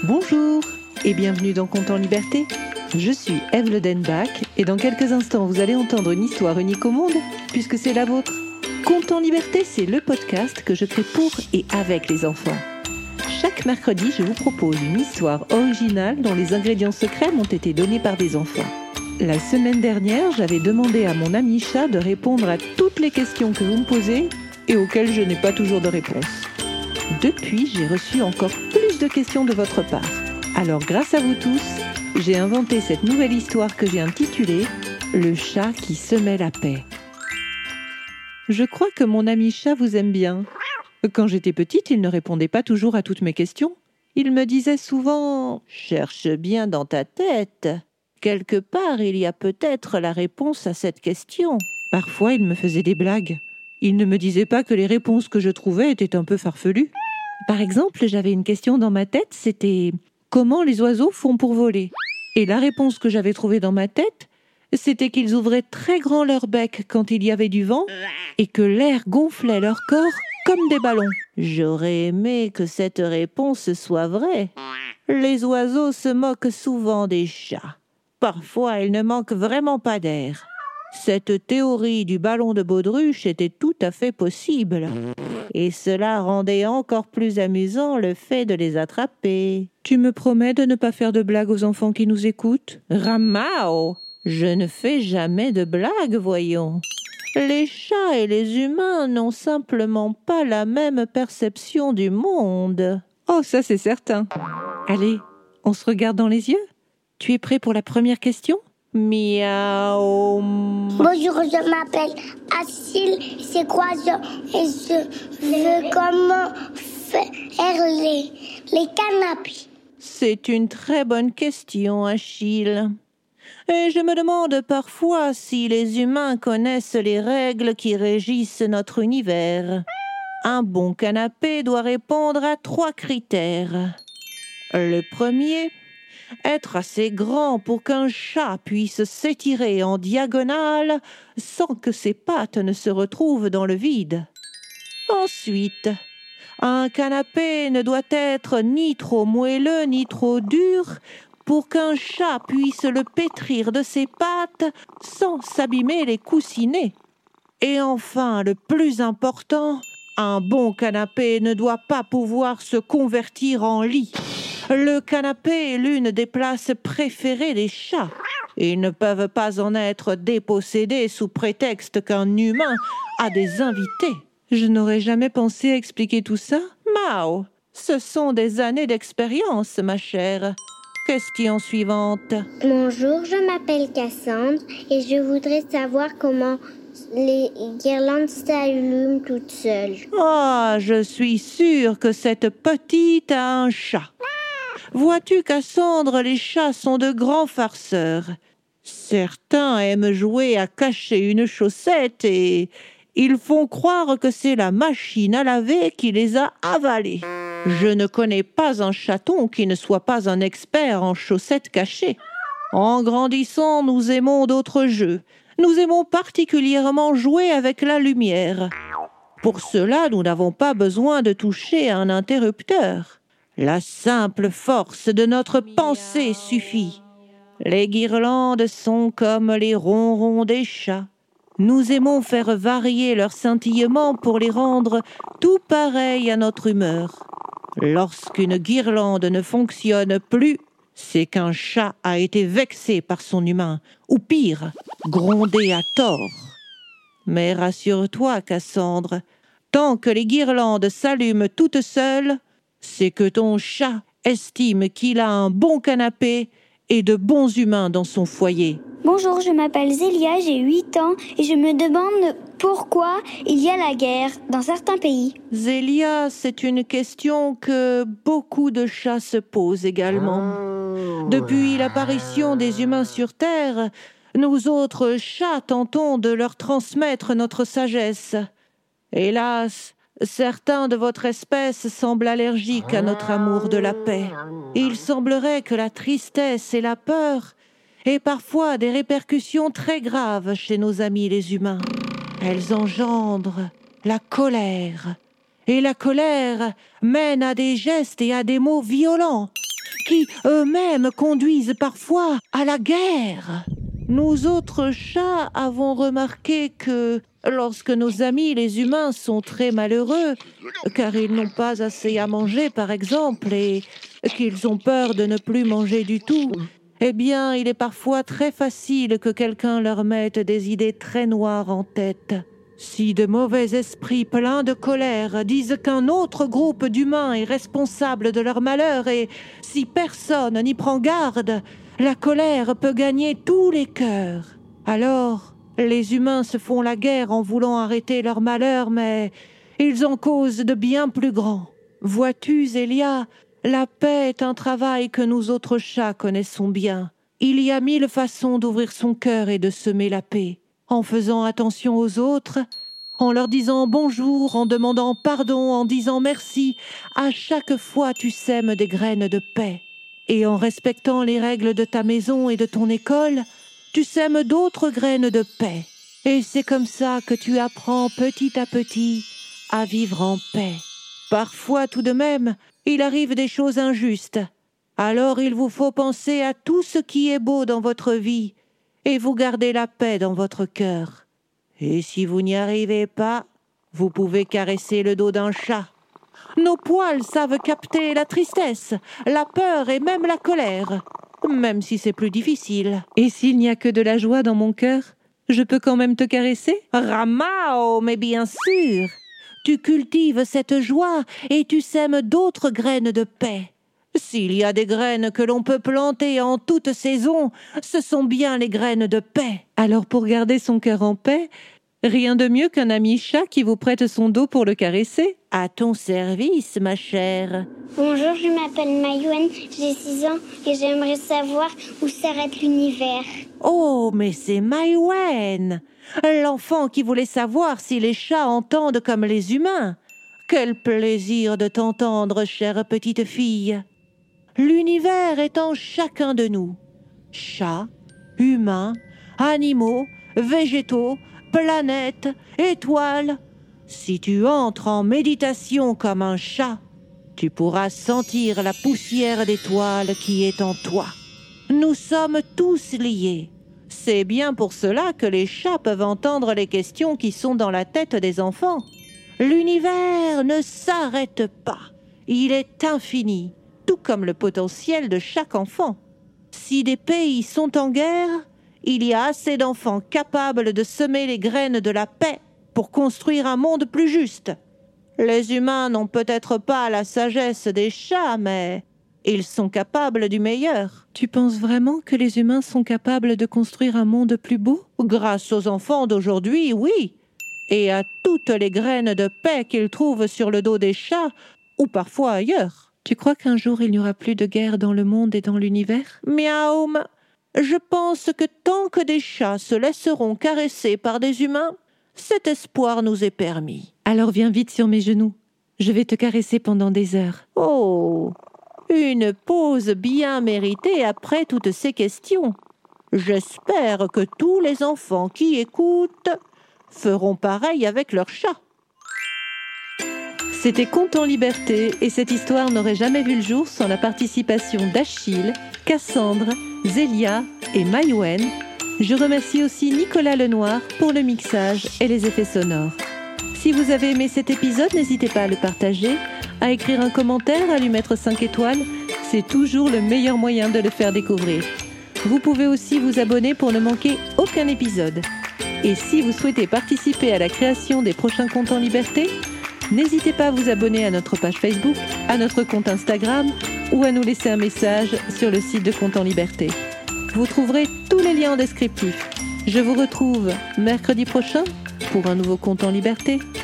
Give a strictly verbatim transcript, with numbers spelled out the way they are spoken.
Bonjour et bienvenue dans Contes en Liberté. Je suis Ève Le Denbach et dans quelques instants vous allez entendre une histoire unique au monde puisque c'est la vôtre. Contes en Liberté, c'est le podcast que je crée pour et avec les enfants. Chaque mercredi, je vous propose une histoire originale dont les ingrédients secrets m'ont été donnés par des enfants. La semaine dernière, j'avais demandé à mon ami chat de répondre à toutes les questions que vous me posez et auxquelles je n'ai pas toujours de réponse. Depuis, j'ai reçu encore plus de questions de votre part. Alors, grâce à vous tous, j'ai inventé cette nouvelle histoire que j'ai intitulée « Le chat qui semait la paix ». Je crois que mon ami chat vous aime bien. Quand j'étais petite, il ne répondait pas toujours à toutes mes questions. Il me disait souvent « Cherche bien dans ta tête. Quelque part, il y a peut-être la réponse à cette question. » Parfois, il me faisait des blagues. Il ne me disait pas que les réponses que je trouvais étaient un peu farfelues. Par exemple, j'avais une question dans ma tête, c'était « Comment les oiseaux font pour voler ?» Et la réponse que j'avais trouvée dans ma tête, c'était qu'ils ouvraient très grand leur bec quand il y avait du vent et que l'air gonflait leur corps comme des ballons. J'aurais aimé que cette réponse soit vraie. Les oiseaux se moquent souvent des chats. Parfois, ils ne manquent vraiment pas d'air. Cette théorie du ballon de baudruche était tout à fait possible. Et cela rendait encore plus amusant le fait de les attraper. Tu me promets de ne pas faire de blagues aux enfants qui nous écoutent ? Ramao ! Je ne fais jamais de blagues, voyons. Les chats et les humains n'ont simplement pas la même perception du monde. Oh, ça c'est certain. Allez, on se regarde dans les yeux ? Tu es prêt pour la première question ? Miaou. Bonjour, je m'appelle Achille. C'est quoi je, et je veux comment faire les, les canapés? C'est une très bonne question, Achille. Et je me demande parfois si les humains connaissent les règles qui régissent notre univers. Un bon canapé doit répondre à trois critères. Le premier, être assez grand pour qu'un chat puisse s'étirer en diagonale sans que ses pattes ne se retrouvent dans le vide. Ensuite, un canapé ne doit être ni trop moelleux ni trop dur pour qu'un chat puisse le pétrir de ses pattes sans s'abîmer les coussinets. Et enfin, le plus important, un bon canapé ne doit pas pouvoir se convertir en lit. Le canapé est l'une des places préférées des chats. Ils ne peuvent pas en être dépossédés sous prétexte qu'un humain a des invités. Je n'aurais jamais pensé à expliquer tout ça. Mao, ce sont des années d'expérience, ma chère. Question suivante. Bonjour, je m'appelle Cassandre et je voudrais savoir comment les guirlandes s'allument toutes seules. Ah, je suis sûre que cette petite a un chat. Vois-tu, Cassandre, les chats sont de grands farceurs. Certains aiment jouer à cacher une chaussette et ils font croire que c'est la machine à laver qui les a avalés. Je ne connais pas un chaton qui ne soit pas un expert en chaussettes cachées. En grandissant, nous aimons d'autres jeux. Nous aimons particulièrement jouer avec la lumière. Pour cela, nous n'avons pas besoin de toucher à un interrupteur. La simple force de notre pensée suffit. Les guirlandes sont comme les ronrons des chats. Nous aimons faire varier leur scintillement pour les rendre tout pareils à notre humeur. Lorsqu'une guirlande ne fonctionne plus, c'est qu'un chat a été vexé par son humain, ou pire, grondé à tort. Mais rassure-toi, Cassandre, tant que les guirlandes s'allument toutes seules, c'est que ton chat estime qu'il a un bon canapé et de bons humains dans son foyer. Bonjour, je m'appelle Zélia, j'ai huit ans et je me demande pourquoi il y a la guerre dans certains pays. Zélia, c'est une question que beaucoup de chats se posent également. Depuis l'apparition des humains sur Terre, nous autres chats tentons de leur transmettre notre sagesse. Hélas, certains de votre espèce semblent allergiques à notre amour de la paix. Il semblerait que la tristesse et la peur aient parfois des répercussions très graves chez nos amis les humains. Elles engendrent la colère. Et la colère mène à des gestes et à des mots violents qui eux-mêmes conduisent parfois à la guerre. Nous autres chats avons remarqué que lorsque nos amis les humains sont très malheureux, car ils n'ont pas assez à manger par exemple, et qu'ils ont peur de ne plus manger du tout, eh bien il est parfois très facile que quelqu'un leur mette des idées très noires en tête. Si de mauvais esprits pleins de colère disent qu'un autre groupe d'humains est responsable de leur malheur, et si personne n'y prend garde, la colère peut gagner tous les cœurs. Alors, les humains se font la guerre en voulant arrêter leur malheur, mais ils en causent de bien plus grands. Vois-tu, Zélia, la paix est un travail que nous autres chats connaissons bien. Il y a mille façons d'ouvrir son cœur et de semer la paix. En faisant attention aux autres, en leur disant bonjour, en demandant pardon, en disant merci, à chaque fois tu sèmes des graines de paix. Et en respectant les règles de ta maison et de ton école, tu sèmes d'autres graines de paix. Et c'est comme ça que tu apprends petit à petit à vivre en paix. Parfois tout de même, il arrive des choses injustes. Alors il vous faut penser à tout ce qui est beau dans votre vie et vous gardez la paix dans votre cœur. Et si vous n'y arrivez pas, vous pouvez caresser le dos d'un chat. Nos poils savent capter la tristesse, la peur et même la colère, même si c'est plus difficile. Et s'il n'y a que de la joie dans mon cœur, je peux quand même te caresser ? Ramao, mais bien sûr. Tu cultives cette joie et tu sèmes d'autres graines de paix. S'il y a des graines que l'on peut planter en toute saison, ce sont bien les graines de paix. Alors pour garder son cœur en paix, rien de mieux qu'un ami chat qui vous prête son dos pour le caresser. À ton service, ma chère. Bonjour, je m'appelle Mayouen, j'ai six ans et j'aimerais savoir où s'arrête l'univers. Oh, mais c'est Mayouen, l'enfant qui voulait savoir si les chats entendent comme les humains. Quel plaisir de t'entendre, chère petite fille. L'univers est en chacun de nous. Chats, humains, animaux, végétaux, planètes, étoiles. Si tu entres en méditation comme un chat, tu pourras sentir la poussière d'étoiles qui est en toi. Nous sommes tous liés. C'est bien pour cela que les chats peuvent entendre les questions qui sont dans la tête des enfants. L'univers ne s'arrête pas. Il est infini, tout comme le potentiel de chaque enfant. Si des pays sont en guerre, il y a assez d'enfants capables de semer les graines de la paix pour construire un monde plus juste. Les humains n'ont peut-être pas la sagesse des chats, mais ils sont capables du meilleur. Tu penses vraiment que les humains sont capables de construire un monde plus beau ? Grâce aux enfants d'aujourd'hui, oui. Et à toutes les graines de paix qu'ils trouvent sur le dos des chats, ou parfois ailleurs. Tu crois qu'un jour il n'y aura plus de guerre dans le monde et dans l'univers ? Miaoum, je pense que tant que des chats se laisseront caresser par des humains, cet espoir nous est permis. Alors viens vite sur mes genoux. Je vais te caresser pendant des heures. Oh, une pause bien méritée après toutes ces questions. J'espère que tous les enfants qui écoutent feront pareil avec leurs chats. C'était Contes en liberté et cette histoire n'aurait jamais vu le jour sans la participation d'Achille, Cassandre, Zélia et Mayouen. Je remercie aussi Nicolas Lenoir pour le mixage et les effets sonores. Si vous avez aimé cet épisode, n'hésitez pas à le partager, à écrire un commentaire, à lui mettre cinq étoiles. C'est toujours le meilleur moyen de le faire découvrir. Vous pouvez aussi vous abonner pour ne manquer aucun épisode. Et si vous souhaitez participer à la création des prochains Contes en liberté, n'hésitez pas à vous abonner à notre page Facebook, à notre compte Instagram ou à nous laisser un message sur le site de Contes en liberté. Vous trouverez tous les liens en descriptif. Je vous retrouve mercredi prochain pour un nouveau Conte en liberté.